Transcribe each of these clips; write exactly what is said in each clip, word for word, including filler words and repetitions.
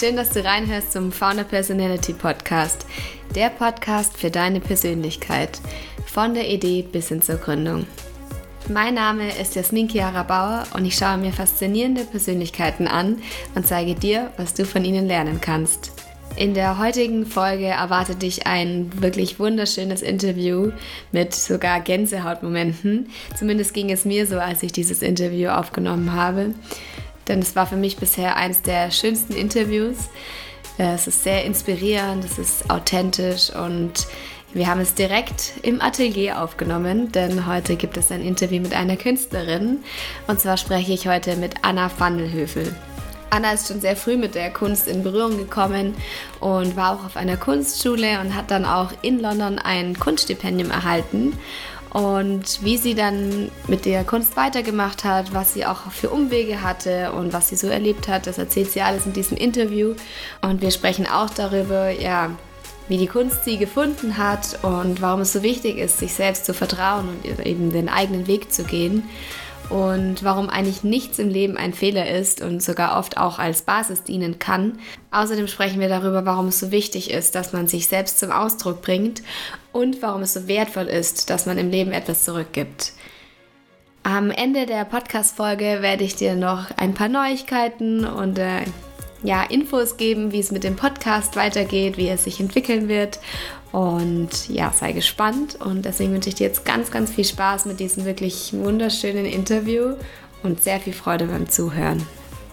Schön, dass du reinhörst zum Founder Personality Podcast. Der Podcast für deine Persönlichkeit. Von der Idee bis hin zur Gründung. Mein Name ist Jasmin Chiara Bauer und ich schaue mir faszinierende Persönlichkeiten an und zeige dir, was du von ihnen lernen kannst. In der heutigen Folge erwartet dich ein wirklich wunderschönes Interview mit sogar Gänsehautmomenten. Zumindest ging es mir so, als ich dieses Interview aufgenommen habe. Denn es war für mich bisher eines der schönsten Interviews. Es ist sehr inspirierend, es ist authentisch und wir haben es direkt im Atelier aufgenommen, denn heute gibt es ein Interview mit einer Künstlerin. Und zwar spreche ich heute mit Anna Vandelhövel. Anna ist schon sehr früh mit der Kunst in Berührung gekommen und war auch auf einer Kunstschule und hat dann auch in London ein Kunststipendium erhalten. Und wie sie dann mit der Kunst weitergemacht hat, was sie auch für Umwege hatte und was sie so erlebt hat, das erzählt sie alles in diesem Interview. Und wir sprechen auch darüber, ja, wie die Kunst sie gefunden hat und warum es so wichtig ist, sich selbst zu vertrauen und eben den eigenen Weg zu gehen. Und warum eigentlich nichts im Leben ein Fehler ist und sogar oft auch als Basis dienen kann. Außerdem sprechen wir darüber, warum es so wichtig ist, dass man sich selbst zum Ausdruck bringt und warum es so wertvoll ist, dass man im Leben etwas zurückgibt. Am Ende der Podcast-Folge werde ich dir noch ein paar Neuigkeiten und äh, ja, Infos geben, wie es mit dem Podcast weitergeht, wie es sich entwickeln wird. Und ja, sei gespannt und deswegen wünsche ich dir jetzt ganz, ganz viel Spaß mit diesem wirklich wunderschönen Interview und sehr viel Freude beim Zuhören.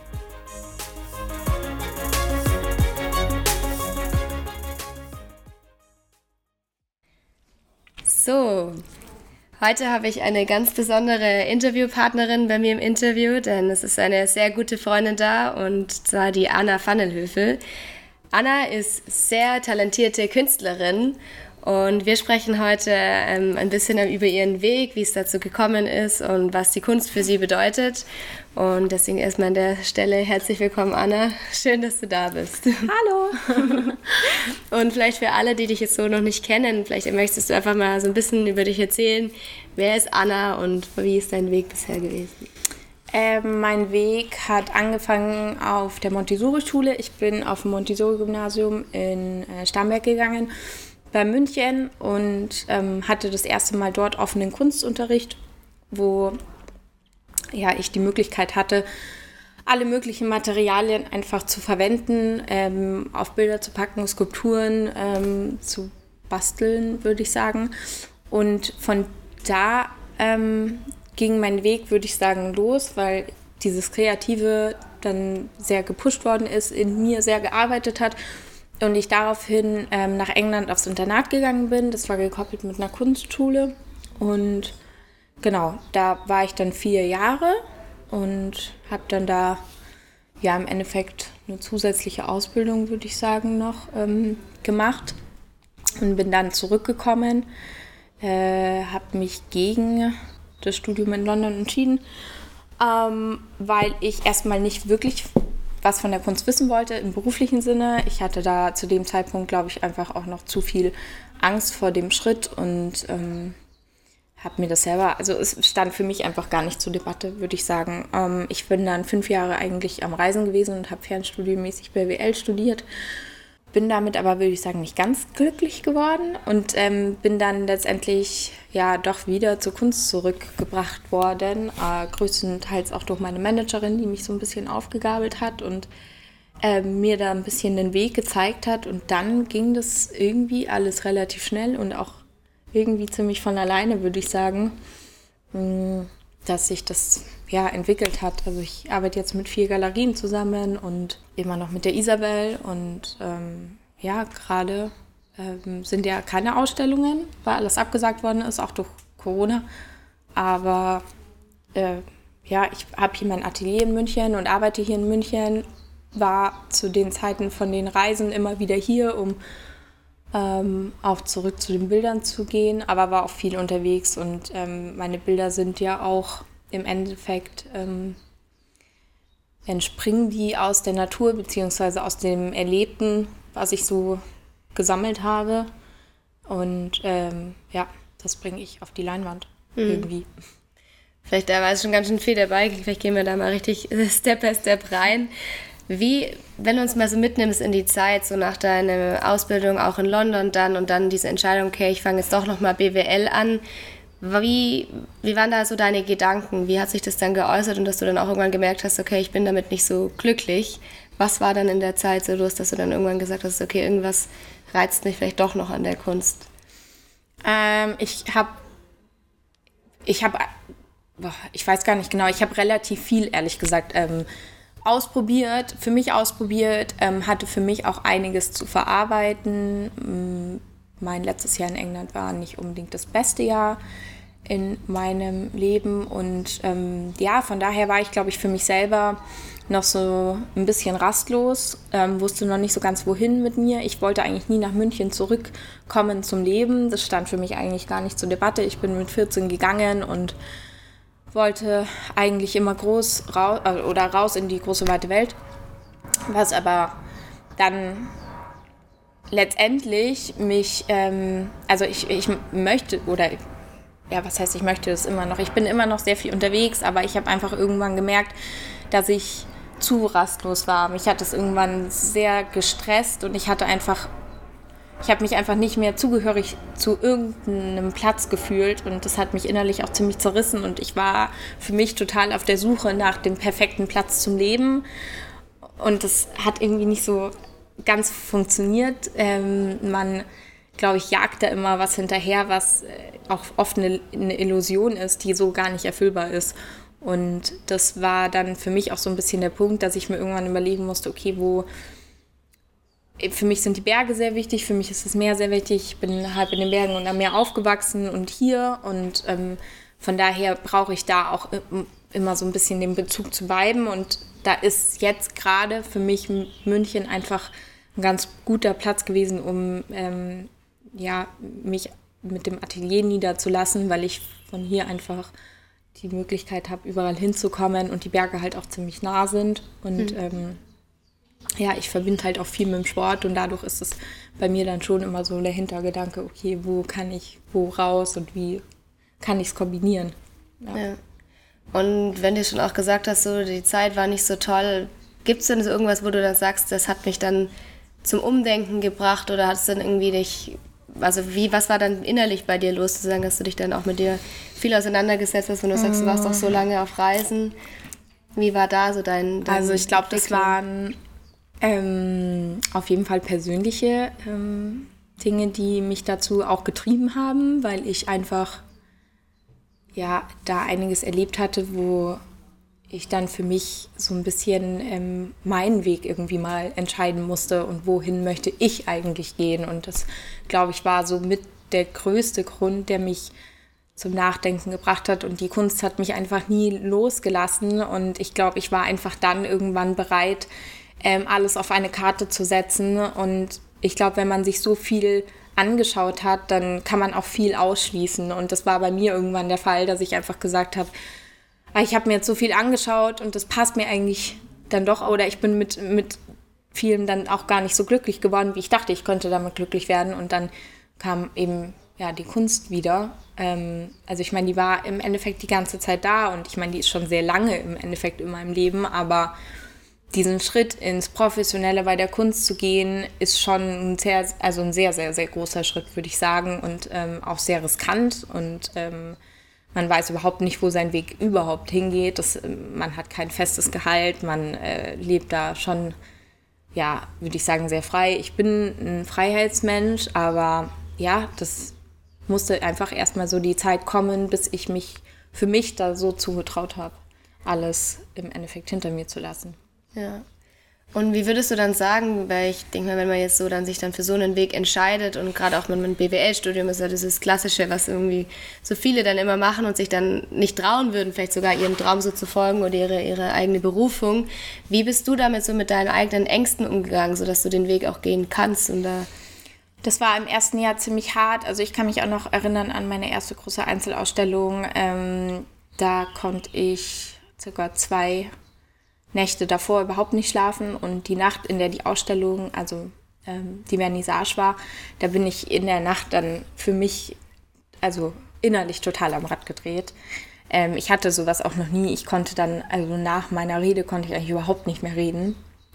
So, heute habe ich eine ganz besondere Interviewpartnerin bei mir im Interview, denn es ist eine sehr gute Freundin da und zwar die Anna Vandelhövel. Anna ist sehr talentierte Künstlerin und wir sprechen heute ähm, ein bisschen über ihren Weg, wie es dazu gekommen ist und was die Kunst für sie bedeutet. Und deswegen erstmal an der Stelle herzlich willkommen, Anna. Schön, dass du da bist. Hallo! Und vielleicht für alle, die dich jetzt so noch nicht kennen, vielleicht möchtest du einfach mal so ein bisschen über dich erzählen. Wer ist Anna und wie ist dein Weg bisher gewesen? Ähm, mein Weg hat angefangen auf der Montessori-Schule. Ich bin auf dem Montessori-Gymnasium in äh, Starnberg gegangen, bei München und ähm, hatte das erste Mal dort offenen Kunstunterricht, wo ja, ich die Möglichkeit hatte, alle möglichen Materialien einfach zu verwenden, ähm, auf Bilder zu packen, Skulpturen ähm, zu basteln, würde ich sagen. Und von da ähm, ging mein Weg, würde ich sagen, los, weil dieses Kreative dann sehr gepusht worden ist, in mir sehr gearbeitet hat und ich daraufhin ähm, nach England aufs Internat gegangen bin. Das war gekoppelt mit einer Kunstschule und genau, da war ich dann vier Jahre und habe dann da ja im Endeffekt eine zusätzliche Ausbildung, würde ich sagen, noch ähm, gemacht und bin dann zurückgekommen, äh, habe mich gegen das Studium in London entschieden, ähm, weil ich erstmal nicht wirklich was von der Kunst wissen wollte im beruflichen Sinne. Ich hatte da zu dem Zeitpunkt, glaube ich, einfach auch noch zu viel Angst vor dem Schritt und ähm, habe mir das selber, also es stand für mich einfach gar nicht zur Debatte, würde ich sagen. Ähm, ich bin dann fünf Jahre eigentlich am Reisen gewesen und habe fernstudienmäßig B W L studiert. Bin damit aber, würde ich sagen, nicht ganz glücklich geworden und ähm, bin dann letztendlich ja doch wieder zur Kunst zurückgebracht worden, äh, größtenteils auch durch meine Managerin, die mich so ein bisschen aufgegabelt hat und äh, mir da ein bisschen den Weg gezeigt hat. Und dann ging das irgendwie alles relativ schnell und auch irgendwie ziemlich von alleine, würde ich sagen, mh, dass sich das ja entwickelt hat. Also ich arbeite jetzt mit vier Galerien zusammen und immer noch mit der Isabel und ähm, ja, gerade ähm, sind ja keine Ausstellungen, weil alles abgesagt worden ist, auch durch Corona. Aber äh, ja, ich habe hier mein Atelier in München und arbeite hier in München, war zu den Zeiten von den Reisen immer wieder hier, um ähm, auch zurück zu den Bildern zu gehen, aber war auch viel unterwegs und ähm, meine Bilder sind ja auch im Endeffekt ähm, entspringen die aus der Natur beziehungsweise aus dem Erlebten, was ich so gesammelt habe. Und ähm, ja, das bringe ich auf die Leinwand mhm. irgendwie. Vielleicht da war es schon ganz schön viel dabei. Vielleicht gehen wir da mal richtig Step by Step rein. Wie, wenn du uns mal so mitnimmst in die Zeit, so nach deiner Ausbildung auch in London dann und dann diese Entscheidung, okay, ich fange jetzt doch nochmal B W L an. Wie, wie waren da so deine Gedanken? Wie hat sich das dann geäußert und dass du dann auch irgendwann gemerkt hast, okay, ich bin damit nicht so glücklich? Was war dann in der Zeit so los, dass du dann irgendwann gesagt hast, okay, irgendwas reizt mich vielleicht doch noch an der Kunst? Ähm, ich habe, ich habe, ich weiß gar nicht genau, ich habe relativ viel, ehrlich gesagt, ähm, ausprobiert, für mich ausprobiert, ähm, hatte für mich auch einiges zu verarbeiten. Mein letztes Jahr in England war nicht unbedingt das beste Jahr in meinem Leben und ähm, ja, von daher war ich, glaube ich, für mich selber noch so ein bisschen rastlos, ähm, wusste noch nicht so ganz wohin mit mir. Ich wollte eigentlich nie nach München zurückkommen zum Leben. Das stand für mich eigentlich gar nicht zur Debatte. Ich bin mit vierzehn gegangen und wollte eigentlich immer groß raus, oder raus in die große weite Welt, was aber dann letztendlich mich, ähm, also ich, ich möchte, oder ja, was heißt, ich möchte das immer noch, ich bin immer noch sehr viel unterwegs, aber ich habe einfach irgendwann gemerkt, dass ich zu rastlos war. Mich hat es irgendwann sehr gestresst und ich hatte einfach, ich habe mich einfach nicht mehr zugehörig zu irgendeinem Platz gefühlt und das hat mich innerlich auch ziemlich zerrissen und ich war für mich total auf der Suche nach dem perfekten Platz zum Leben und das hat irgendwie nicht so ganz funktioniert. Ähm, man, glaube ich, jagt da immer was hinterher, was auch oft eine, eine Illusion ist, die so gar nicht erfüllbar ist. Und das war dann für mich auch so ein bisschen der Punkt, dass ich mir irgendwann überlegen musste, okay, wo für mich sind die Berge sehr wichtig, für mich ist das Meer sehr wichtig. Ich bin halb in den Bergen und am Meer aufgewachsen und hier. Und ähm, von daher brauche ich da auch immer so ein bisschen den Bezug zu beiden. Und da ist jetzt gerade für mich München einfach ein ganz guter Platz gewesen, um ähm, ja, mich mit dem Atelier niederzulassen, weil ich von hier einfach die Möglichkeit habe, überall hinzukommen und die Berge halt auch ziemlich nah sind. Und mhm. ähm, ja, ich verbinde halt auch viel mit dem Sport und dadurch ist es bei mir dann schon immer so der Hintergedanke, okay, wo kann ich wo raus und wie kann ich es kombinieren. Ja. Ja. Und wenn du schon auch gesagt hast, so die Zeit war nicht so toll, gibt es denn so irgendwas, wo du dann sagst, das hat mich dann zum Umdenken gebracht oder hat es dann irgendwie dich, also wie, was war dann innerlich bei dir los, zu sagen, dass du dich dann auch mit dir viel auseinandergesetzt hast, wenn du mm. sagst, du warst doch so lange auf Reisen. Wie war da so dein, dein Also ich glaube, das waren ähm, auf jeden Fall persönliche ähm, Dinge, die mich dazu auch getrieben haben, weil ich einfach ja da einiges erlebt hatte, wo ich dann für mich so ein bisschen ähm, meinen Weg irgendwie mal entscheiden musste und wohin möchte ich eigentlich gehen. Und das, glaube ich, war so mit der größte Grund, der mich zum Nachdenken gebracht hat. Und die Kunst hat mich einfach nie losgelassen. Und ich glaube, ich war einfach dann irgendwann bereit, ähm, alles auf eine Karte zu setzen. Und ich glaube, wenn man sich so viel angeschaut hat, dann kann man auch viel ausschließen. Und das war bei mir irgendwann der Fall, dass ich einfach gesagt habe, ich habe mir jetzt so viel angeschaut und das passt mir eigentlich dann doch. Oder ich bin mit, mit vielem dann auch gar nicht so glücklich geworden, wie ich dachte, ich könnte damit glücklich werden. Und dann kam eben ja die Kunst wieder. Ähm, also ich meine, die war im Endeffekt die ganze Zeit da und ich meine, die ist schon sehr lange im Endeffekt in meinem Leben. Aber diesen Schritt ins Professionelle bei der Kunst zu gehen, ist schon ein sehr, also ein sehr, sehr, sehr großer Schritt, würde ich sagen. Und ähm, auch sehr riskant und ähm, man weiß überhaupt nicht, wo sein Weg überhaupt hingeht. Das, man hat kein festes Gehalt, man äh, lebt da schon, ja, würde ich sagen, sehr frei. Ich bin ein Freiheitsmensch, aber ja, das musste einfach erstmal so die Zeit kommen, bis ich mich für mich da so zugetraut habe, alles im Endeffekt hinter mir zu lassen. Ja. Und wie würdest du dann sagen, weil ich denke mal, wenn man jetzt so dann sich dann für so einen Weg entscheidet und gerade auch mit einem B W L-Studium ist ja dieses Klassische, was irgendwie so viele dann immer machen und sich dann nicht trauen würden, vielleicht sogar ihrem Traum so zu folgen oder ihre, ihre eigene Berufung. Wie bist du damit so mit deinen eigenen Ängsten umgegangen, sodass du den Weg auch gehen kannst? Und da das war im ersten Jahr ziemlich hart. Also ich kann mich auch noch erinnern an meine erste große Einzelausstellung. Ähm, da konnte ich circa zwei Nächte davor überhaupt nicht schlafen und die Nacht, in der die Ausstellung, also ähm, die Vernissage war, da bin ich in der Nacht dann für mich, also innerlich total am Rad gedreht. Ähm, ich hatte sowas auch noch nie. Ich konnte dann, also nach meiner Rede konnte ich eigentlich überhaupt nicht mehr reden.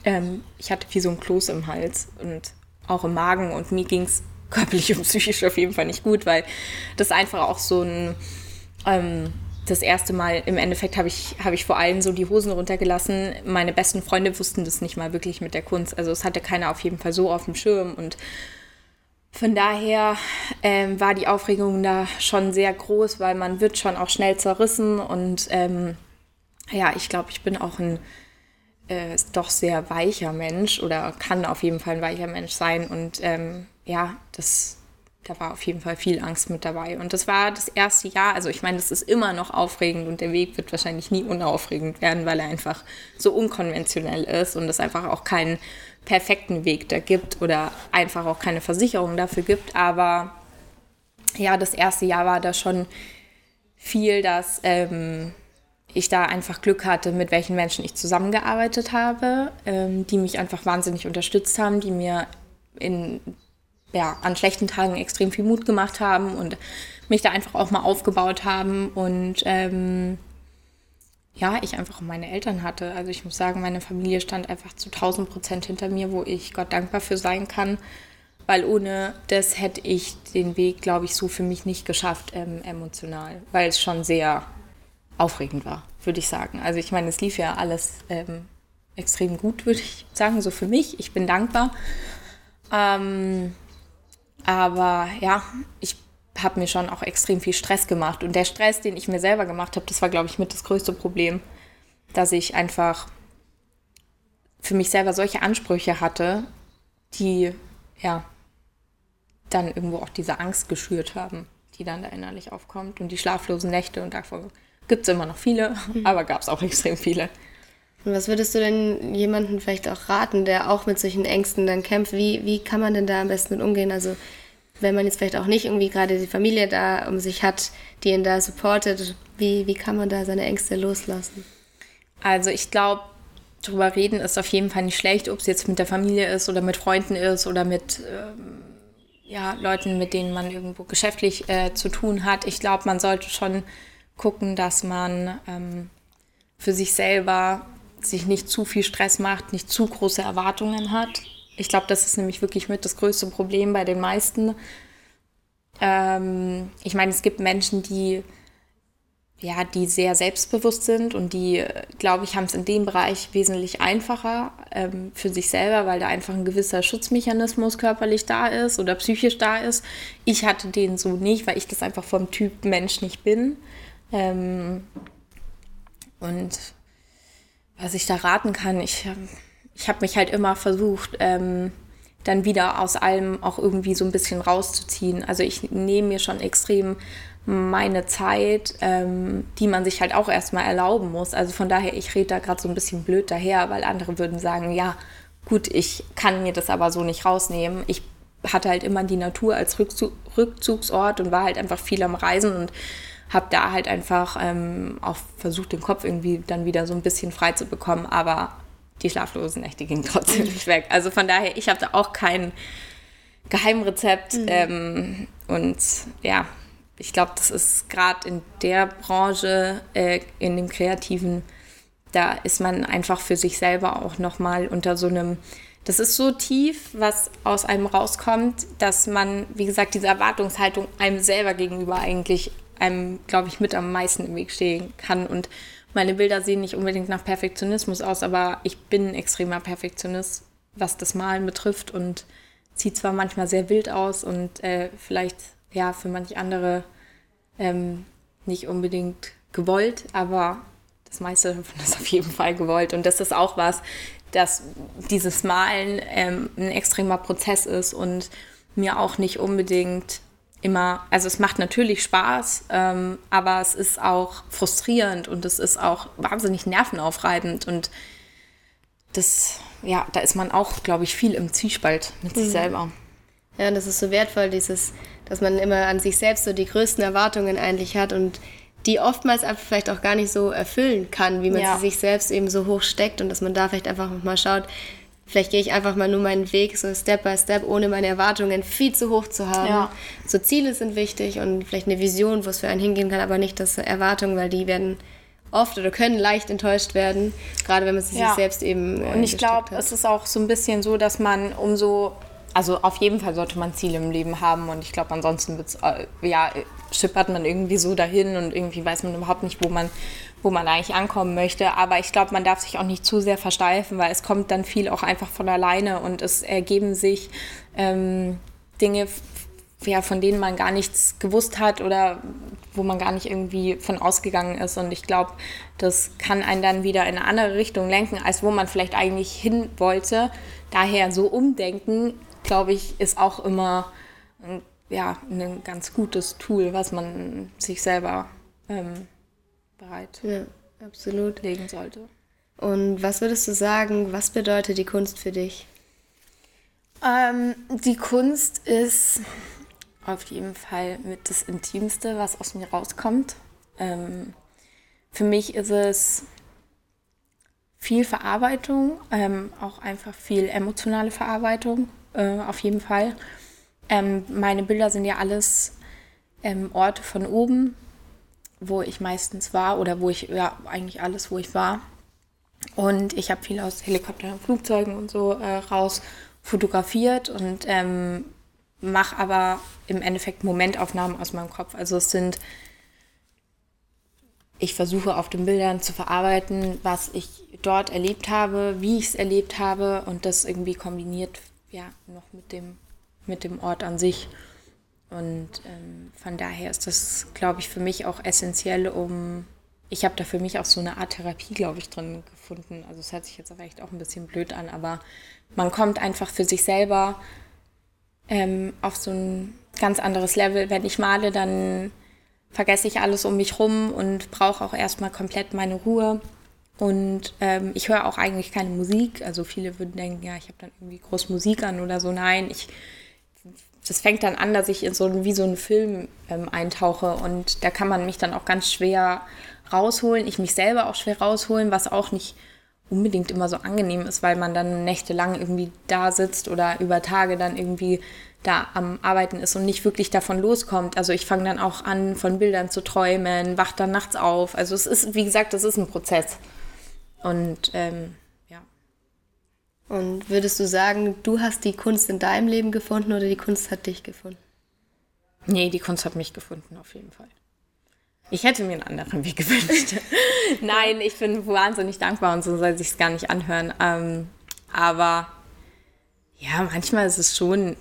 ähm, ich hatte wie so ein Kloß im Hals und auch im Magen und mir ging es körperlich und psychisch auf jeden Fall nicht gut, weil das einfach auch so ein, ähm, das erste Mal, im Endeffekt habe ich, hab ich vor allem so die Hosen runtergelassen. Meine besten Freunde wussten das nicht mal wirklich mit der Kunst. Also es hatte keiner auf jeden Fall so auf dem Schirm und von daher ähm, war die Aufregung da schon sehr groß, weil man wird schon auch schnell zerrissen und ähm, ja, ich glaube, ich bin auch ein äh, doch sehr weicher Mensch oder kann auf jeden Fall ein weicher Mensch sein und ähm, ja, das, da war auf jeden Fall viel Angst mit dabei und das war das erste Jahr, also ich meine, das ist immer noch aufregend und der Weg wird wahrscheinlich nie unaufregend werden, weil er einfach so unkonventionell ist und es einfach auch keinen perfekten Weg da gibt oder einfach auch keine Versicherung dafür gibt, aber ja, das erste Jahr war da schon viel, dass ähm, ich da einfach Glück hatte, mit welchen Menschen ich zusammengearbeitet habe, ähm, die mich einfach wahnsinnig unterstützt haben, die mir in, ja, an schlechten Tagen extrem viel Mut gemacht haben und mich da einfach auch mal aufgebaut haben und ähm, ja, ich einfach meine Eltern hatte. Also ich muss sagen, meine Familie stand einfach zu tausend Prozent hinter mir, wo ich Gott dankbar für sein kann, weil ohne das hätte ich den Weg, glaube ich, so für mich nicht geschafft, ähm, emotional, weil es schon sehr aufregend war, würde ich sagen. Also ich meine, es lief ja alles ähm, extrem gut, würde ich sagen, so für mich. Ich bin dankbar. Ähm, aber ja, ich habe mir schon auch extrem viel Stress gemacht. Und der Stress, den ich mir selber gemacht habe, das war, glaube ich, mit das größte Problem, dass ich einfach für mich selber solche Ansprüche hatte, die ja dann irgendwo auch diese Angst geschürt haben, die dann da innerlich aufkommt. Und die schlaflosen Nächte und davon gibt es immer noch viele, mhm. aber gab es auch extrem viele. Und was würdest du denn jemandem vielleicht auch raten, der auch mit solchen Ängsten dann kämpft? Wie, wie kann man denn da am besten mit umgehen? Also wenn man jetzt vielleicht auch nicht irgendwie gerade die Familie da um sich hat, die ihn da supportet, wie, wie kann man da seine Ängste loslassen? Also ich glaube, drüber reden ist auf jeden Fall nicht schlecht, ob es jetzt mit der Familie ist oder mit Freunden ist oder mit ähm, ja, Leuten, mit denen man irgendwo geschäftlich äh, zu tun hat. Ich glaube, man sollte schon gucken, dass man ähm, für sich selber sich nicht zu viel Stress macht, nicht zu große Erwartungen hat. Ich glaube, das ist nämlich wirklich mit das größte Problem bei den meisten. Ähm, ich meine, es gibt Menschen, die, ja, die sehr selbstbewusst sind und die, glaube ich, haben es in dem Bereich wesentlich einfacher ähm, für sich selber, weil da einfach ein gewisser Schutzmechanismus körperlich da ist oder psychisch da ist. Ich hatte den so nicht, weil ich das einfach vom Typ Mensch nicht bin. Ähm, und was ich da raten kann, ich, ich habe mich halt immer versucht, ähm, dann wieder aus allem auch irgendwie so ein bisschen rauszuziehen. Also ich nehme mir schon extrem meine Zeit, ähm, die man sich halt auch erstmal erlauben muss. Also von daher, ich rede da gerade so ein bisschen blöd daher, weil andere würden sagen, ja gut, ich kann mir das aber so nicht rausnehmen. Ich hatte halt immer die Natur als Rückzug, Rückzugsort und war halt einfach viel am Reisen und habe da halt einfach ähm, auch versucht, den Kopf irgendwie dann wieder so ein bisschen frei zu bekommen, aber die schlaflosen Nächte gingen trotzdem nicht weg. Also von daher, ich habe da auch kein Geheimrezept mhm. ähm, und ja, ich glaube, das ist gerade in der Branche, äh, in dem Kreativen, da ist man einfach für sich selber auch nochmal unter so einem, das ist so tief, was aus einem rauskommt, dass man, wie gesagt, diese Erwartungshaltung einem selber gegenüber eigentlich einem, glaube ich, mit am meisten im Weg stehen kann. Und meine Bilder sehen nicht unbedingt nach Perfektionismus aus, aber ich bin ein extremer Perfektionist, was das Malen betrifft und sieht zwar manchmal sehr wild aus und äh, vielleicht ja für manche andere ähm, nicht unbedingt gewollt, aber das meiste davon ist auf jeden Fall gewollt. Und das ist auch was, dass dieses Malen ähm, ein extremer Prozess ist und mir auch nicht unbedingt immer, also es macht natürlich Spaß, ähm, aber es ist auch frustrierend und es ist auch wahnsinnig nervenaufreibend und das, ja, da ist man auch, glaube ich, viel im Zwiespalt mit sich mhm. selber. Ja, und das ist so wertvoll, dieses, dass man immer an sich selbst so die größten Erwartungen eigentlich hat und die oftmals einfach vielleicht auch gar nicht so erfüllen kann, wie man ja. sie sich selbst eben so hoch steckt und dass man da vielleicht einfach mal schaut, vielleicht gehe ich einfach mal nur meinen Weg so Step by Step, ohne meine Erwartungen viel zu hoch zu haben. Ja. So Ziele sind wichtig und vielleicht eine Vision, wo es für einen hingehen kann, aber nicht das Erwartungen, weil die werden oft oder können leicht enttäuscht werden, gerade wenn man sie Ja. sich selbst eben äh, Und ich glaube, hat. es ist auch so ein bisschen so, dass man umso, also auf jeden Fall sollte man Ziele im Leben haben und ich glaube, ansonsten wird's, äh, ja, schippert man irgendwie so dahin und irgendwie weiß man überhaupt nicht, wo man, wo man eigentlich ankommen möchte. Aber ich glaube, man darf sich auch nicht zu sehr versteifen, weil es kommt dann viel auch einfach von alleine und es ergeben sich ähm, Dinge, ja, von denen man gar nichts gewusst hat oder wo man gar nicht irgendwie von ausgegangen ist. Und ich glaube, das kann einen dann wieder in eine andere Richtung lenken, als wo man vielleicht eigentlich hin wollte. Daher so umdenken, glaube ich, ist auch immer ein, ja, ein ganz gutes Tool, was man sich selber ähm, bereit Ja, absolut. legen sollte. Und was würdest du sagen, was bedeutet die Kunst für dich? Ähm, die Kunst ist auf jeden Fall mit das Intimste, was aus mir rauskommt. Ähm, für mich ist es viel Verarbeitung, ähm, auch einfach viel emotionale Verarbeitung, äh, auf jeden Fall. Ähm, meine Bilder sind ja alles ähm, Orte von oben, wo ich meistens war oder wo ich, ja, eigentlich alles, wo ich war. Und ich habe viel aus Helikoptern und Flugzeugen und so äh, raus fotografiert und ähm, mache aber im Endeffekt Momentaufnahmen aus meinem Kopf. Also es sind, ich versuche auf den Bildern zu verarbeiten, was ich dort erlebt habe, wie ich es erlebt habe und das irgendwie kombiniert, ja, noch mit dem, mit dem Ort an sich. Und ähm, von daher ist das, glaube ich, für mich auch essentiell, um, ich habe da für mich auch so eine Art Therapie, glaube ich, drin gefunden. Also es hört sich jetzt aber echt auch ein bisschen blöd an, aber man kommt einfach für sich selber ähm, auf so ein ganz anderes Level. Wenn ich male, dann vergesse ich alles um mich rum und brauche auch erstmal komplett meine Ruhe. Und ähm, ich höre auch eigentlich keine Musik. Also viele würden denken, ja, ich habe dann irgendwie groß Musik an oder so. Nein, ich, das fängt dann an, dass ich in so einen, wie so einen Film ähm, eintauche. Und da kann man mich dann auch ganz schwer rausholen. Ich mich selber auch schwer rausholen, was auch nicht unbedingt immer so angenehm ist, weil man dann nächtelang irgendwie da sitzt oder über Tage dann irgendwie da am Arbeiten ist und nicht wirklich davon loskommt. Also ich fange dann auch an, von Bildern zu träumen, wach dann nachts auf. Also es ist, wie gesagt, das ist ein Prozess. Und ähm, ja. Und würdest du sagen, du hast die Kunst in deinem Leben gefunden oder die Kunst hat dich gefunden? Nee, die Kunst hat mich gefunden, auf jeden Fall. Ich hätte mir einen anderen Weg gewünscht. Nein, ich bin wahnsinnig dankbar und so soll sich's gar nicht anhören. Ähm, aber ja, manchmal ist es schon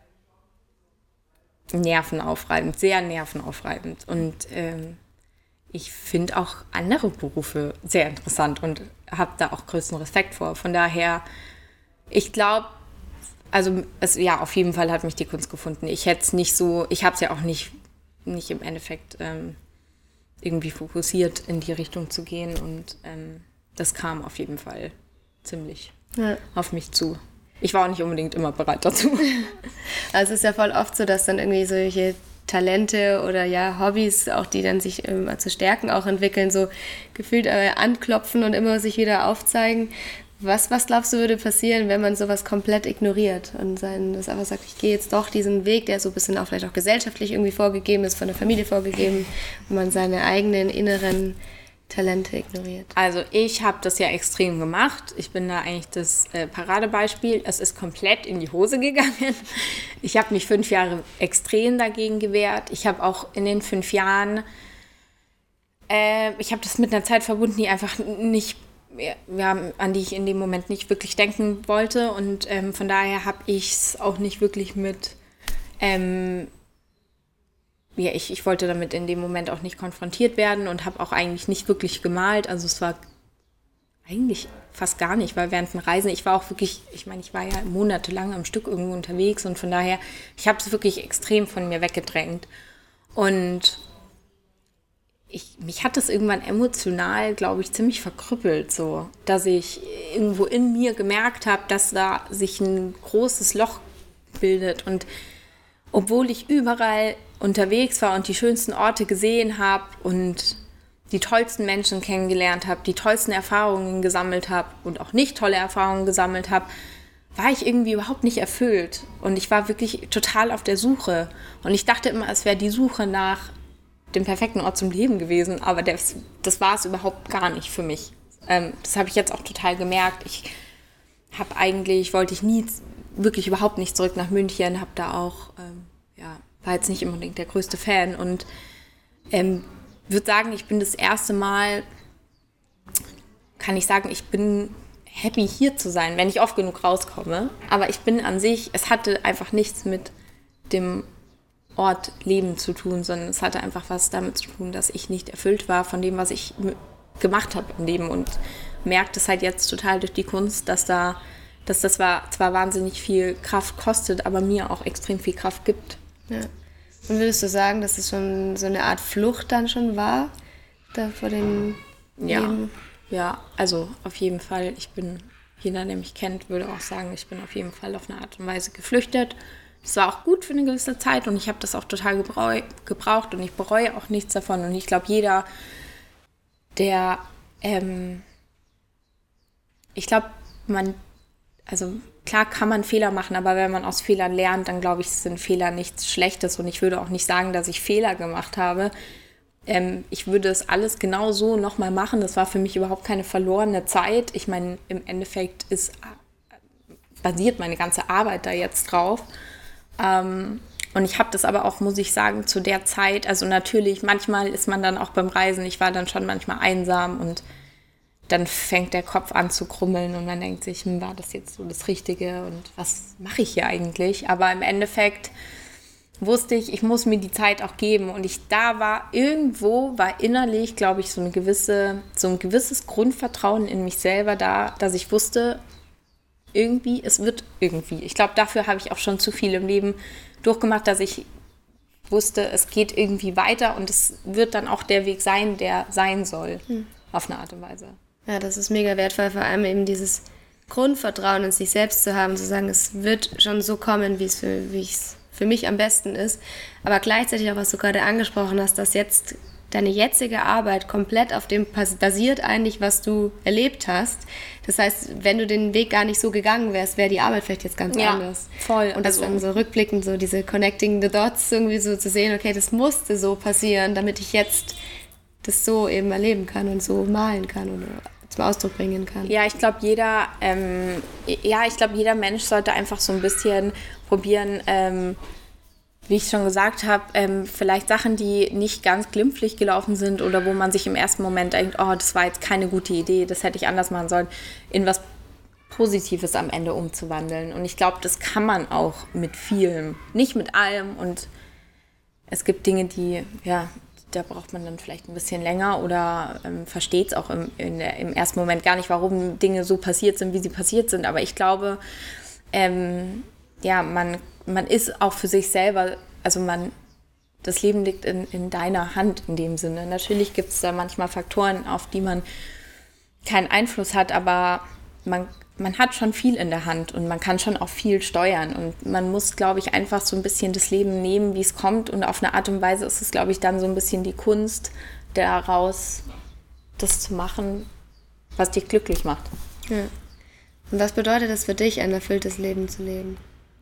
nervenaufreibend, sehr nervenaufreibend. Und ähm, ich finde auch andere Berufe sehr interessant und habe da auch größten Respekt vor. Von daher, ich glaube, also es, ja, auf jeden Fall hat mich die Kunst gefunden. Ich hätte es nicht so, ich habe es ja auch nicht, nicht im Endeffekt ähm, irgendwie fokussiert, in die Richtung zu gehen. Und ähm, das kam auf jeden Fall ziemlich ja. auf mich zu. Ich war auch nicht unbedingt immer bereit dazu. Also es ist ja voll oft so, dass dann irgendwie solche Talente oder ja Hobbys, auch die dann sich ähm, zu Stärken auch entwickeln, so gefühlt äh, anklopfen und immer sich wieder aufzeigen. Was, was glaubst du, würde passieren, wenn man sowas komplett ignoriert und sein, das einfach sagt, ich gehe jetzt doch diesen Weg, der so ein bisschen auch vielleicht auch gesellschaftlich irgendwie vorgegeben ist, von der Familie vorgegeben, und man seine eigenen inneren Talente ignoriert? Also ich habe das ja extrem gemacht. Ich bin da eigentlich das äh, Paradebeispiel. Es ist komplett in die Hose gegangen. Ich habe mich fünf Jahre extrem dagegen gewehrt. Ich habe auch in den fünf Jahren, äh, ich habe das mit einer Zeit verbunden, die einfach nicht, ja, an die ich in dem Moment nicht wirklich denken wollte. Und ähm, von daher habe ich es auch nicht wirklich mit... Ähm, Ja, ich, ich wollte damit in dem Moment auch nicht konfrontiert werden und habe auch eigentlich nicht wirklich gemalt. Also es war eigentlich fast gar nicht, weil während den Reisen, ich war auch wirklich, ich meine, ich war ja monatelang am Stück irgendwo unterwegs und von daher, ich habe es wirklich extrem von mir weggedrängt. Und ich, mich hat das irgendwann emotional, glaube ich, ziemlich verkrüppelt, so, dass ich irgendwo in mir gemerkt habe, dass da sich ein großes Loch bildet. Und obwohl ich überall unterwegs war und die schönsten Orte gesehen habe und die tollsten Menschen kennengelernt habe, die tollsten Erfahrungen gesammelt habe und auch nicht tolle Erfahrungen gesammelt habe, war ich irgendwie überhaupt nicht erfüllt. Und ich war wirklich total auf der Suche. Und ich dachte immer, es wäre die Suche nach den perfekten Ort zum Leben gewesen, aber das, das war es überhaupt gar nicht für mich. Ähm, das habe ich jetzt auch total gemerkt. Ich habe eigentlich, wollte ich nie, wirklich überhaupt nicht zurück nach München, habe da auch, ähm, ja, war jetzt nicht unbedingt der größte Fan und ähm, würde sagen, ich bin das erste Mal, kann ich sagen, ich bin happy hier zu sein, wenn ich oft genug rauskomme. Aber ich bin an sich, es hatte einfach nichts mit dem Ort Leben zu tun, sondern es hatte einfach was damit zu tun, dass ich nicht erfüllt war von dem, was ich m- gemacht habe im Leben und merkt es halt jetzt total durch die Kunst, dass da, dass das war, zwar wahnsinnig viel Kraft kostet, aber mir auch extrem viel Kraft gibt. Ja. Und würdest du sagen, dass es schon so eine Art Flucht dann schon war, da vor dem Ja, Leben? ja, also auf jeden Fall. Ich bin, jeder, der mich kennt, würde auch sagen, ich bin auf jeden Fall auf eine Art und Weise geflüchtet. Das war auch gut für eine gewisse Zeit und ich habe das auch total gebrau- gebraucht und ich bereue auch nichts davon. Und ich glaube, jeder, der, ähm, ich glaube, man, also klar kann man Fehler machen, aber wenn man aus Fehlern lernt, dann glaube ich, sind Fehler nichts Schlechtes. Und ich würde auch nicht sagen, dass ich Fehler gemacht habe. Ähm, ich würde es alles genau so nochmal machen. Das war für mich überhaupt keine verlorene Zeit. Ich meine, im Endeffekt ist, basiert meine ganze Arbeit da jetzt drauf. Ähm, und ich habe das aber auch, muss ich sagen, zu der Zeit, also natürlich, manchmal ist man dann auch beim Reisen, ich war dann schon manchmal einsam und dann fängt der Kopf an zu krummeln und man denkt sich, hm, war das jetzt so das Richtige und was mache ich hier eigentlich? Aber im Endeffekt wusste ich, ich muss mir die Zeit auch geben und ich da war, irgendwo war innerlich, glaube ich, so eine gewisse, so ein gewisses Grundvertrauen in mich selber da, dass ich wusste, irgendwie, es wird irgendwie. Ich glaube, dafür habe ich auch schon zu viel im Leben durchgemacht, dass ich wusste, es geht irgendwie weiter und es wird dann auch der Weg sein, der sein soll, hm. auf eine Art und Weise. Ja, das ist mega wertvoll, vor allem eben dieses Grundvertrauen in sich selbst zu haben, zu sagen, es wird schon so kommen, wie es für, wie es für mich am besten ist. Aber gleichzeitig auch, was du gerade angesprochen hast, dass jetzt deine jetzige Arbeit komplett auf dem basiert eigentlich, was du erlebt hast. Das heißt, wenn du den Weg gar nicht so gegangen wärst, wäre die Arbeit vielleicht jetzt ganz ja, anders. Voll. Und das also, dann so rückblickend, so diese Connecting the Dots irgendwie so zu sehen, okay, das musste so passieren, damit ich jetzt das so eben erleben kann und so malen kann oder zum Ausdruck bringen kann. Ja, ich glaube, jeder, ähm, ja, ich glaube, jeder Mensch sollte einfach so ein bisschen probieren, ähm, wie ich schon gesagt habe, ähm, vielleicht Sachen, die nicht ganz glimpflich gelaufen sind oder wo man sich im ersten Moment denkt, oh, das war jetzt keine gute Idee, das hätte ich anders machen sollen, in was Positives am Ende umzuwandeln. Und ich glaube, das kann man auch mit vielem, nicht mit allem. Und es gibt Dinge, die, ja, da braucht man dann vielleicht ein bisschen länger oder ähm, versteht es auch im, in der, im ersten Moment gar nicht, warum Dinge so passiert sind, wie sie passiert sind. Aber ich glaube, ähm, ja, man, man ist auch für sich selber, also man, das Leben liegt in, in deiner Hand in dem Sinne. Natürlich gibt es da manchmal Faktoren, auf die man keinen Einfluss hat, aber man, man hat schon viel in der Hand und man kann schon auch viel steuern. Und man muss, glaube ich, einfach so ein bisschen das Leben nehmen, wie es kommt. Und auf eine Art und Weise ist es, glaube ich, dann so ein bisschen die Kunst daraus, das zu machen, was dich glücklich macht. Ja. Und was bedeutet es für dich, ein erfülltes Leben zu leben?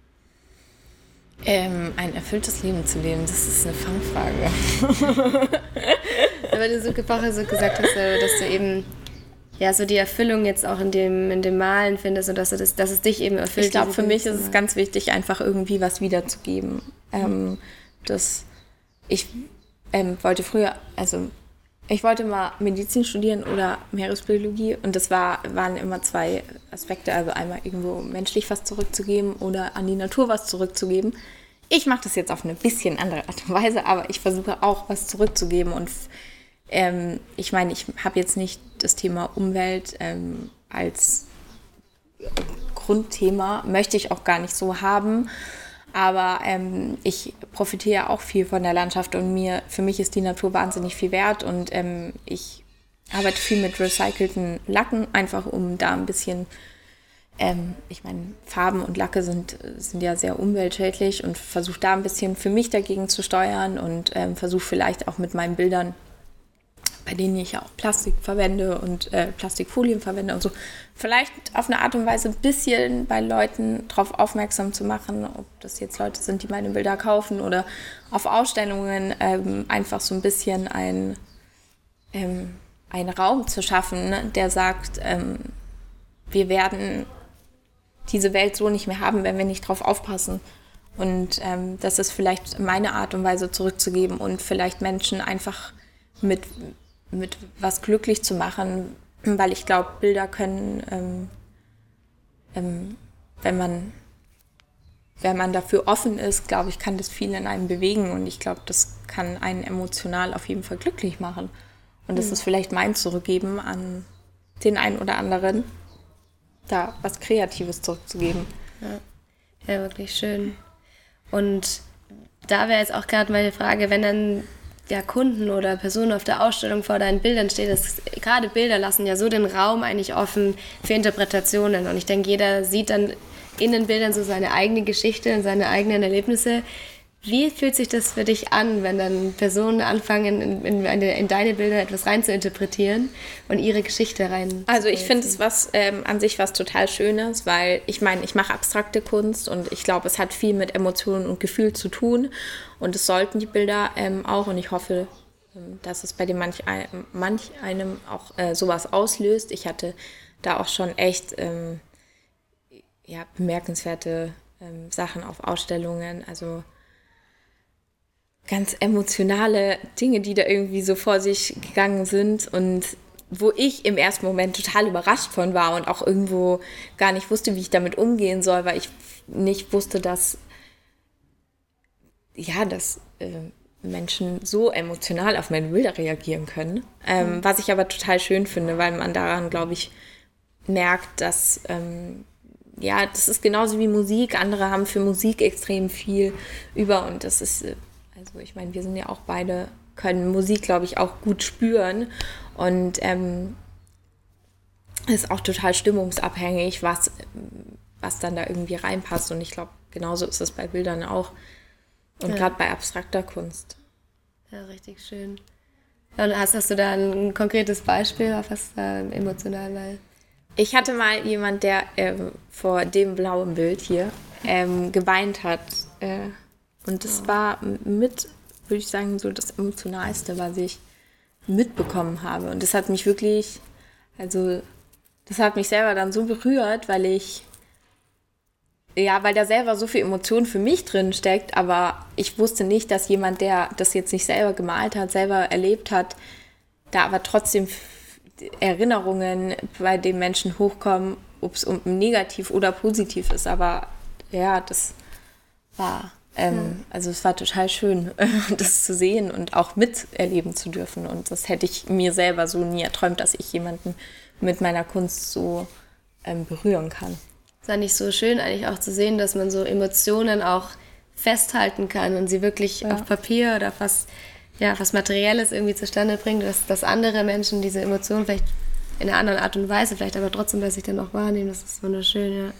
Ähm, ein erfülltes Leben zu leben, das ist eine Fangfrage. Weil du so vorher so gesagt hast, dass du eben ja so die Erfüllung jetzt auch in dem, in dem Malen findest und dass, du das, dass es dich eben erfüllt. Ich glaube, für mich ist es ganz wichtig, einfach irgendwie was wiederzugeben. Ähm, das, ich ähm, wollte früher, also ich wollte mal Medizin studieren oder Meeresbiologie und das war, waren immer zwei Aspekte, also einmal irgendwo menschlich was zurückzugeben oder an die Natur was zurückzugeben. Ich mache das jetzt auf eine bisschen andere Art und Weise, aber ich versuche auch was zurückzugeben und ähm, ich meine, ich habe jetzt nicht das Thema Umwelt ähm, als Grundthema, möchte ich auch gar nicht so haben. Aber ähm, ich profitiere auch viel von der Landschaft und mir, für mich ist die Natur wahnsinnig viel wert und ähm, ich arbeite viel mit recycelten Lacken, einfach um da ein bisschen, ähm, ich meine, Farben und Lacke sind, sind ja sehr umweltschädlich und versuche da ein bisschen für mich dagegen zu steuern und ähm, versuche vielleicht auch mit meinen Bildern bei denen ich ja auch Plastik verwende und äh, Plastikfolien verwende und so. Vielleicht auf eine Art und Weise ein bisschen bei Leuten darauf aufmerksam zu machen, ob das jetzt Leute sind, die meine Bilder kaufen oder auf Ausstellungen ähm, einfach so ein bisschen ein, ähm, einen Raum zu schaffen, ne, der sagt, ähm, wir werden diese Welt so nicht mehr haben, wenn wir nicht drauf aufpassen. Und ähm, das ist vielleicht meine Art und Weise zurückzugeben und vielleicht Menschen einfach mit, mit was glücklich zu machen, weil ich glaube, Bilder können, ähm, ähm, wenn man, wenn man dafür offen ist, glaube ich, kann das viel in einem bewegen und ich glaube, das kann einen emotional auf jeden Fall glücklich machen. Und das mhm. ist vielleicht mein Zurückgeben an den einen oder anderen, da was Kreatives zurückzugeben. Ja, ja, wirklich schön. Und da wäre jetzt auch gerade meine Frage, wenn dann ja, Kunden oder Personen auf der Ausstellung vor deinen Bildern stehen, das, gerade Bilder lassen ja so den Raum eigentlich offen für Interpretationen. Und ich denke, jeder sieht dann in den Bildern so seine eigene Geschichte und seine eigenen Erlebnisse. Wie fühlt sich das für dich an, wenn dann Personen anfangen, in, in, in deine Bilder etwas rein zu interpretieren und ihre Geschichte rein? Also ich finde es was ähm, an sich was total Schönes, weil ich meine, ich mache abstrakte Kunst und ich glaube, es hat viel mit Emotionen und Gefühl zu tun und es sollten die Bilder ähm, auch und ich hoffe, ähm, dass es bei dem manch, ein, manch einem auch äh, sowas auslöst. Ich hatte da auch schon echt ähm, ja, bemerkenswerte ähm, Sachen auf Ausstellungen, also ganz emotionale Dinge, die da irgendwie so vor sich gegangen sind und wo ich im ersten Moment total überrascht von war und auch irgendwo gar nicht wusste, wie ich damit umgehen soll, weil ich nicht wusste, dass, ja, dass äh, Menschen so emotional auf meine Bilder reagieren können. Ähm, mhm. Was ich aber total schön finde, weil man daran, glaube ich, merkt, dass, ähm, ja, das ist genauso wie Musik. Andere haben für Musik extrem viel über und das ist... Äh, Also ich meine, wir sind ja auch beide, können Musik, glaube ich, auch gut spüren und ähm, ist auch total stimmungsabhängig, was, was dann da irgendwie reinpasst und ich glaube, genauso ist es bei Bildern auch und ja. gerade bei abstrakter Kunst. Ja, richtig schön. Und hast, hast du da ein konkretes Beispiel, auf was da emotional war? Ich hatte mal jemand, der ähm, vor dem blauen Bild hier ähm, geweint hat, äh, und das war mit, würde ich sagen, so das Emotionalste, was ich mitbekommen habe. Und das hat mich wirklich, also das hat mich selber dann so berührt, weil ich, ja, weil da selber so viel Emotion für mich drin steckt, aber ich wusste nicht, dass jemand, der das jetzt nicht selber gemalt hat, selber erlebt hat, da aber trotzdem Erinnerungen bei den Menschen hochkommen, ob es um negativ oder positiv ist. Aber ja, das war... Ähm, ja. Also es war total schön, das zu sehen und auch miterleben zu dürfen. Und das hätte ich mir selber so nie erträumt, dass ich jemanden mit meiner Kunst so ähm, berühren kann. Es war nicht so schön eigentlich auch zu sehen, dass man so Emotionen auch festhalten kann und sie wirklich ja. auf Papier oder auf was, ja, was Materielles irgendwie zustande bringt, dass, dass andere Menschen diese Emotionen vielleicht in einer anderen Art und Weise, vielleicht aber trotzdem bei sich dann auch wahrnehmen. Das ist wunderschön, ja.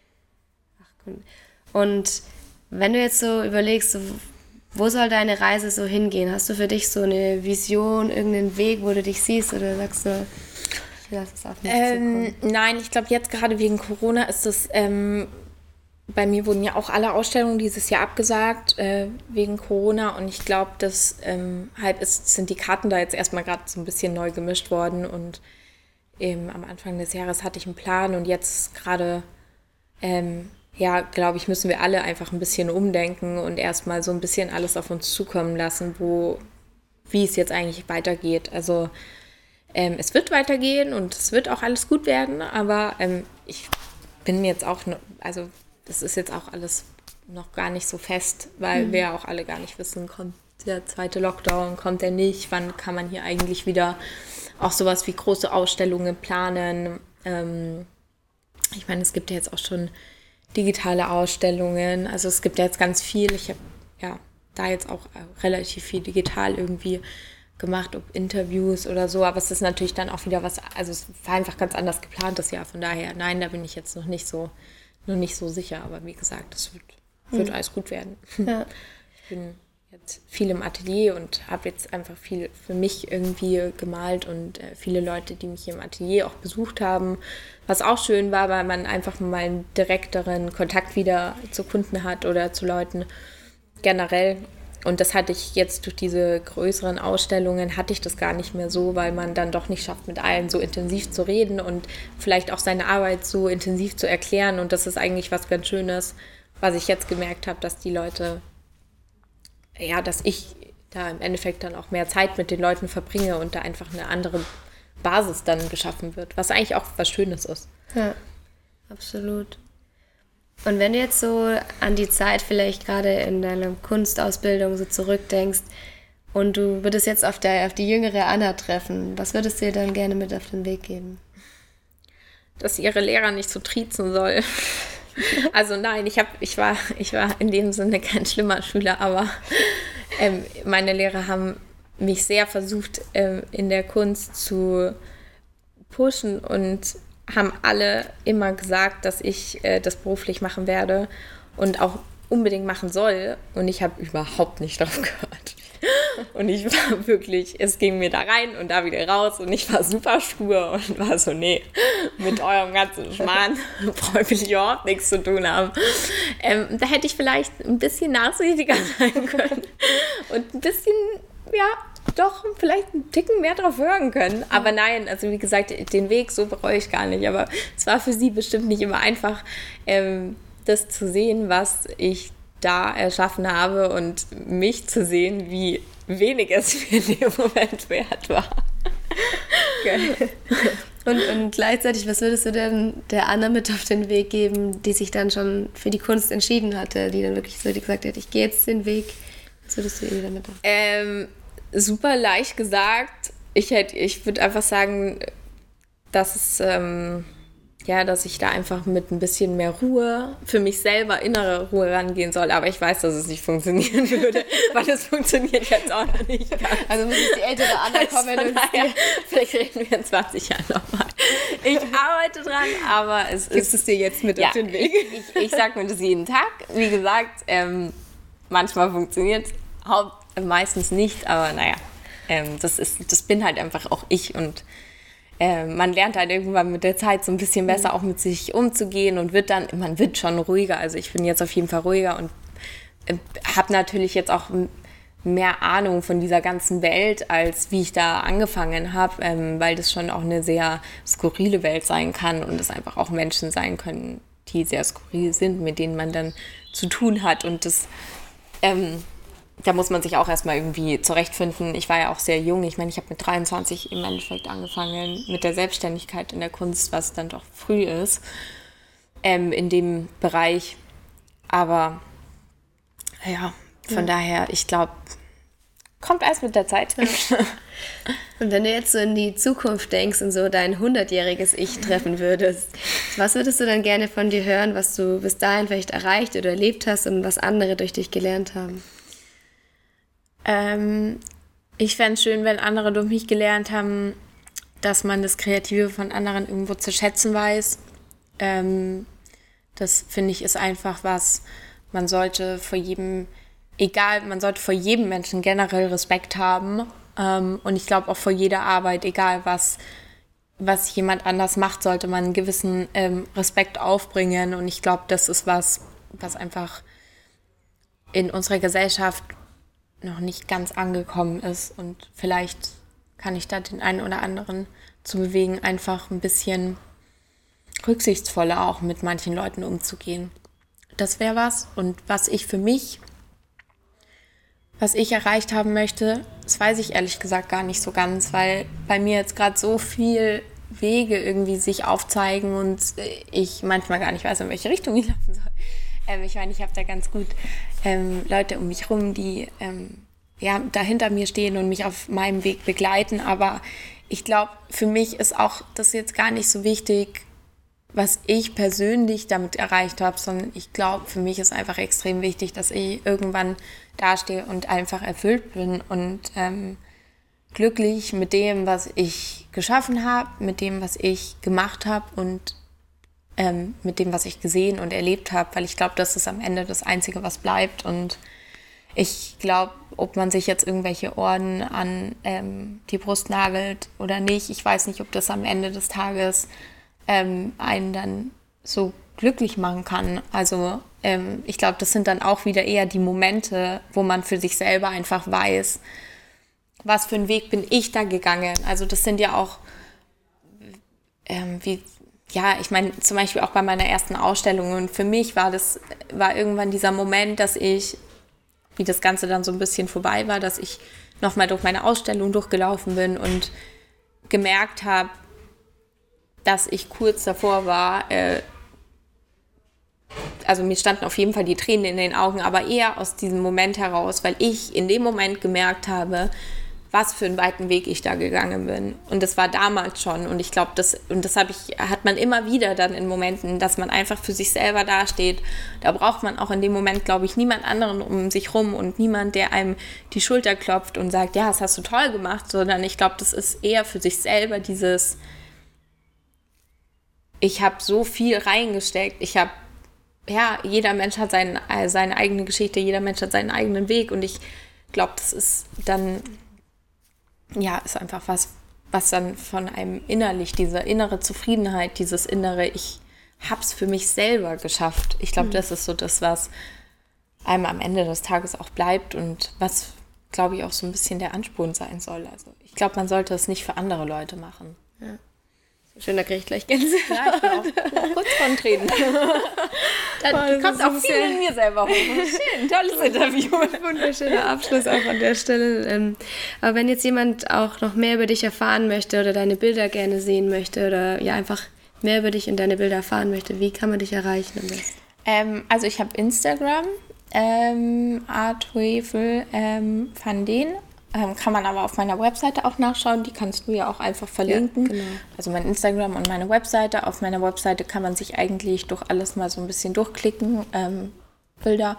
Ach, gut. Und wenn du jetzt so überlegst, so, wo soll deine Reise so hingehen? Hast du für dich so eine Vision, irgendeinen Weg, wo du dich siehst oder sagst du, ich lasse es auf mich ähm, zukommen? Nein, ich glaube jetzt gerade wegen Corona ist das, ähm, bei mir wurden ja auch alle Ausstellungen dieses Jahr abgesagt äh, wegen Corona und ich glaube, dass ähm, halb ist, sind die Karten da jetzt erstmal gerade so ein bisschen neu gemischt worden und ähm, am Anfang des Jahres hatte ich einen Plan und jetzt gerade ähm, ja, glaube ich, müssen wir alle einfach ein bisschen umdenken und erstmal so ein bisschen alles auf uns zukommen lassen, wo, wie es jetzt eigentlich weitergeht. Also ähm, es wird weitergehen und es wird auch alles gut werden, aber ähm, ich bin jetzt auch, noch, also das ist jetzt auch alles noch gar nicht so fest, weil mhm. wir auch alle gar nicht wissen, kommt der zweite Lockdown, kommt der nicht, wann kann man hier eigentlich wieder auch sowas wie große Ausstellungen planen. Ähm, ich meine, es gibt ja jetzt auch schon digitale Ausstellungen, also es gibt ja jetzt ganz viel, ich habe ja da jetzt auch relativ viel digital irgendwie gemacht, ob Interviews oder so, aber es ist natürlich dann auch wieder was, also es war einfach ganz anders geplant das Jahr, von daher, nein, da bin ich jetzt noch nicht so, noch nicht so sicher, aber wie gesagt, es wird, wird mhm. alles gut werden. Ja. Ich bin jetzt viel im Atelier und habe jetzt einfach viel für mich irgendwie gemalt und äh, viele Leute, die mich hier im Atelier auch besucht haben, was auch schön war, weil man einfach mal einen direkteren Kontakt wieder zu Kunden hat oder zu Leuten generell. Und das hatte ich jetzt durch diese größeren Ausstellungen, hatte ich das gar nicht mehr so, weil man dann doch nicht schafft, mit allen so intensiv zu reden und vielleicht auch seine Arbeit so intensiv zu erklären. Und das ist eigentlich was ganz Schönes, was ich jetzt gemerkt habe, dass die Leute, ja, dass ich da im Endeffekt dann auch mehr Zeit mit den Leuten verbringe und da einfach eine andere Basis dann geschaffen wird, was eigentlich auch was Schönes ist. Ja, absolut. Und wenn du jetzt so an die Zeit vielleicht gerade in deiner Kunstausbildung so zurückdenkst und du würdest jetzt auf, der, auf die jüngere Anna treffen, was würdest du ihr dann gerne mit auf den Weg geben? Dass sie ihre Lehrer nicht so triezen soll. Also nein, ich, hab, ich, war, ich war in dem Sinne kein schlimmer Schüler, aber ähm, meine Lehrer haben mich sehr versucht, ähm, in der Kunst zu pushen und haben alle immer gesagt, dass ich äh, das beruflich machen werde und auch unbedingt machen soll. Und ich habe überhaupt nicht drauf gehört. Und ich war wirklich, es ging mir da rein und da wieder raus und ich war super stur und war so, nee, mit eurem ganzen Schmarrn brauche ich überhaupt nichts zu tun haben. Ähm, da hätte ich vielleicht ein bisschen nachsichtiger sein können und ein bisschen, ja, doch vielleicht einen Ticken mehr drauf hören können. Aber nein, also wie gesagt, den Weg so bereue ich gar nicht. Aber es war für sie bestimmt nicht immer einfach, ähm, das zu sehen, was ich da erschaffen habe und mich zu sehen, wie wenig es mir in dem Moment wert war. Okay. Und, und gleichzeitig, was würdest du denn der Anna mit auf den Weg geben, die sich dann schon für die Kunst entschieden hatte, die dann wirklich so die gesagt hat, ich gehe jetzt den Weg? Was würdest du ihr damit auf? Ähm, super leicht gesagt. Ich hätte, ich würde einfach sagen, dass es ähm, ja, dass ich da einfach mit ein bisschen mehr Ruhe, für mich selber innere Ruhe rangehen soll. Aber ich weiß, dass es nicht funktionieren würde, weil es funktioniert jetzt auch noch nicht ganz. Also muss jetzt die ältere Anna kommen. Also, naja, vielleicht reden wir in zwanzig Jahren nochmal. Ich arbeite dran, aber es Gibst ist... es dir jetzt mit ja, auf den Weg? Ich, ich, ich sage mir das jeden Tag. Wie gesagt, ähm, manchmal funktioniert es, meistens nicht. Aber naja, ähm, das, ist, das bin halt einfach auch ich und... Man lernt halt irgendwann mit der Zeit so ein bisschen besser auch mit sich umzugehen und wird dann, man wird schon ruhiger. Also ich bin jetzt auf jeden Fall ruhiger und habe natürlich jetzt auch mehr Ahnung von dieser ganzen Welt, als wie ich da angefangen habe, weil das schon auch eine sehr skurrile Welt sein kann und es einfach auch Menschen sein können, die sehr skurril sind, mit denen man dann zu tun hat. Und das... Ähm, da muss man sich auch erstmal irgendwie zurechtfinden. Ich war ja auch sehr jung. Ich meine, ich habe mit dreiundzwanzig im Endeffekt angefangen mit der Selbstständigkeit in der Kunst, was dann doch früh ist, ähm, in dem Bereich. Aber ja, von ja. daher, ich glaube, kommt alles mit der Zeit. Und wenn du jetzt so in die Zukunft denkst und so dein hundertjähriges Ich treffen würdest, was würdest du dann gerne von dir hören, was du bis dahin vielleicht erreicht oder erlebt hast und was andere durch dich gelernt haben? Ähm, ich fände es schön, wenn andere durch mich gelernt haben, dass man das Kreative von anderen irgendwo zu schätzen weiß. Ähm, das, finde ich, ist einfach was, man sollte vor jedem, egal, man sollte vor jedem Menschen generell Respekt haben. Ähm, und ich glaube auch vor jeder Arbeit, egal was, was jemand anders macht, sollte man einen gewissen ähm, Respekt aufbringen. Und ich glaube, das ist was, was einfach in unserer Gesellschaft noch nicht ganz angekommen ist und vielleicht kann ich da den einen oder anderen zu bewegen, einfach ein bisschen rücksichtsvoller auch mit manchen Leuten umzugehen. Das wäre was. Und was ich für mich, was ich erreicht haben möchte, das weiß ich ehrlich gesagt gar nicht so ganz, weil bei mir jetzt gerade so viel Wege irgendwie sich aufzeigen und ich manchmal gar nicht weiß, in welche Richtung ich laufen soll. Ähm, ich meine, ich habe da ganz gut ähm, Leute um mich rum, die ähm, ja, da hinter mir stehen und mich auf meinem Weg begleiten. Aber ich glaube, für mich ist auch das jetzt gar nicht so wichtig, was ich persönlich damit erreicht habe, sondern ich glaube, für mich ist einfach extrem wichtig, dass ich irgendwann dastehe und einfach erfüllt bin und ähm, glücklich mit dem, was ich geschaffen habe, mit dem, was ich gemacht habe und Ähm, mit dem, was ich gesehen und erlebt habe, weil ich glaube, das ist am Ende das Einzige, was bleibt. Und Ich glaube, ob man sich jetzt irgendwelche Orden an ähm, die Brust nagelt oder nicht, ich weiß nicht, ob das am Ende des Tages ähm, einen dann so glücklich machen kann. Also ähm, ich glaube, das sind dann auch wieder eher die Momente, wo man für sich selber einfach weiß, was für einen Weg bin ich da gegangen. Also das sind ja auch, ähm, wie, ja, ich meine, zum Beispiel auch bei meiner ersten Ausstellung. Und für mich war das, war irgendwann dieser Moment, dass ich, wie das Ganze dann so ein bisschen vorbei war, dass ich nochmal durch meine Ausstellung durchgelaufen bin und gemerkt habe, dass ich kurz davor war, äh, also mir standen auf jeden Fall die Tränen in den Augen, aber eher aus diesem Moment heraus, weil ich in dem Moment gemerkt habe, was für einen weiten Weg ich da gegangen bin. Und das war damals schon. Und ich glaube, das, und das habe ich, hat man immer wieder dann in Momenten, dass man einfach für sich selber dasteht. Da braucht man auch in dem Moment, glaube ich, niemand anderen um sich rum und niemand, der einem die Schulter klopft und sagt, ja, das hast du toll gemacht, sondern ich glaube, das ist eher für sich selber dieses, ich habe so viel reingesteckt, ich habe, ja, jeder Mensch hat seinen, äh, seine eigene Geschichte, jeder Mensch hat seinen eigenen Weg und ich glaube, das ist dann, ja, ist einfach was, was dann von einem innerlich, diese innere Zufriedenheit, dieses innere, ich hab's für mich selber geschafft. Ich glaube, mhm. das ist so das, was einem am Ende des Tages auch bleibt und was, glaube ich, auch so ein bisschen der Ansporn sein soll. Also ich glaube, man sollte es nicht für andere Leute machen. Ja. Schön, da kriege ich gleich Gänsehaut. Ja, ich bin auch kurz von Tränen. Da kommt auch viel in mir selber hoch. Schön, tolles Interview. Wunderschöner Abschluss auch an der Stelle. Aber wenn jetzt jemand auch noch mehr über dich erfahren möchte oder deine Bilder gerne sehen möchte oder ja einfach mehr über dich und deine Bilder erfahren möchte, wie kann man dich erreichen am besten? Ähm, also ich habe Instagram, ähm, artwevel ähm, van den. Ähm, kann man aber auf meiner Webseite auch nachschauen, die kannst du ja auch einfach verlinken. Ja, genau. Also mein Instagram und meine Webseite. Auf meiner Webseite kann man sich eigentlich durch alles mal so ein bisschen durchklicken. Ähm, Bilder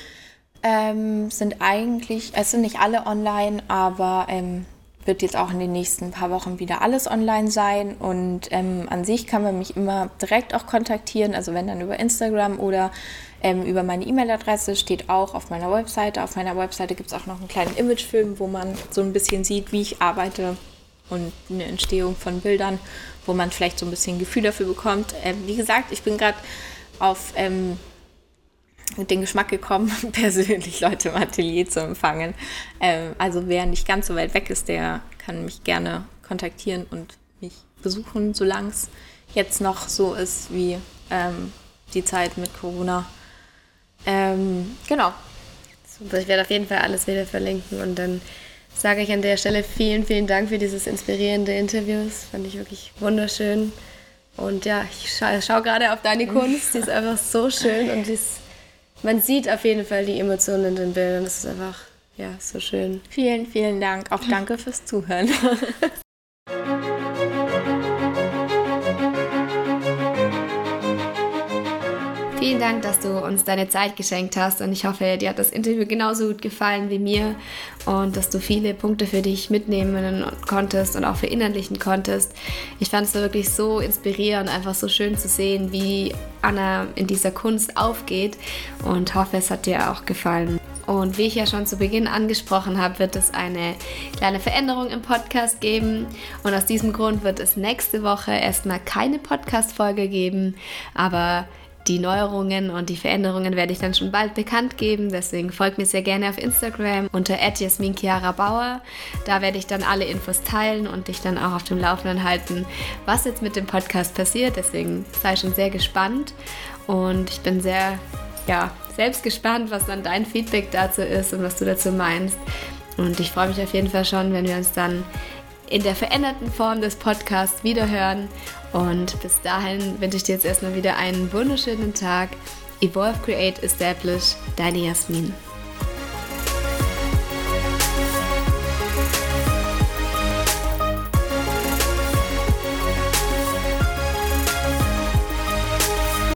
ähm, sind eigentlich, es sind nicht alle online, aber ähm, wird jetzt auch in den nächsten paar Wochen wieder alles online sein. Und ähm, an sich kann man mich immer direkt auch kontaktieren, also wenn dann über Instagram oder Ähm, über meine E-Mail-Adresse, steht auch auf meiner Webseite. Auf meiner Webseite gibt es auch noch einen kleinen Imagefilm, wo man so ein bisschen sieht, wie ich arbeite und eine Entstehung von Bildern, wo man vielleicht so ein bisschen Gefühl dafür bekommt. Ähm, wie gesagt, ich bin gerade auf ähm, den Geschmack gekommen, persönlich Leute im Atelier zu empfangen. Ähm, also wer nicht ganz so weit weg ist, der kann mich gerne kontaktieren und mich besuchen, solange es jetzt noch so ist wie ähm, die Zeit mit Corona. Ähm, genau. Super, ich werde auf jeden Fall alles wieder verlinken und dann sage ich an der Stelle vielen, vielen Dank für dieses inspirierende Interview. Das fand ich wirklich wunderschön. Und ja, ich scha- schaue gerade auf deine Kunst, die ist einfach so schön und ist, man sieht auf jeden Fall die Emotionen in den Bildern. Das ist einfach, ja, so schön. Vielen, vielen Dank. Auch danke fürs Zuhören. Vielen Dank, dass du uns deine Zeit geschenkt hast und ich hoffe, dir hat das Interview genauso gut gefallen wie mir und dass du viele Punkte für dich mitnehmen konntest und auch verinnerlichen konntest. Ich fand es wirklich so inspirierend, einfach so schön zu sehen, wie Anna in dieser Kunst aufgeht und hoffe, es hat dir auch gefallen. Und wie ich ja schon zu Beginn angesprochen habe, wird es eine kleine Veränderung im Podcast geben. Und aus diesem Grund wird es nächste Woche erstmal keine Podcast-Folge geben, aber die Neuerungen und die Veränderungen werde ich dann schon bald bekannt geben. Deswegen folgt mir sehr gerne auf Instagram unter at jasmin chiara bauer. Da werde ich dann alle Infos teilen und dich dann auch auf dem Laufenden halten, was jetzt mit dem Podcast passiert. Deswegen sei schon sehr gespannt. Und ich bin sehr, ja, selbst gespannt, was dann dein Feedback dazu ist und was du dazu meinst. Und ich freue mich auf jeden Fall schon, wenn wir uns dann in der veränderten Form des Podcasts wiederhören. Und bis dahin wünsche ich dir jetzt erstmal wieder einen wunderschönen Tag. Evolve, Create, Establish, deine Jasmin.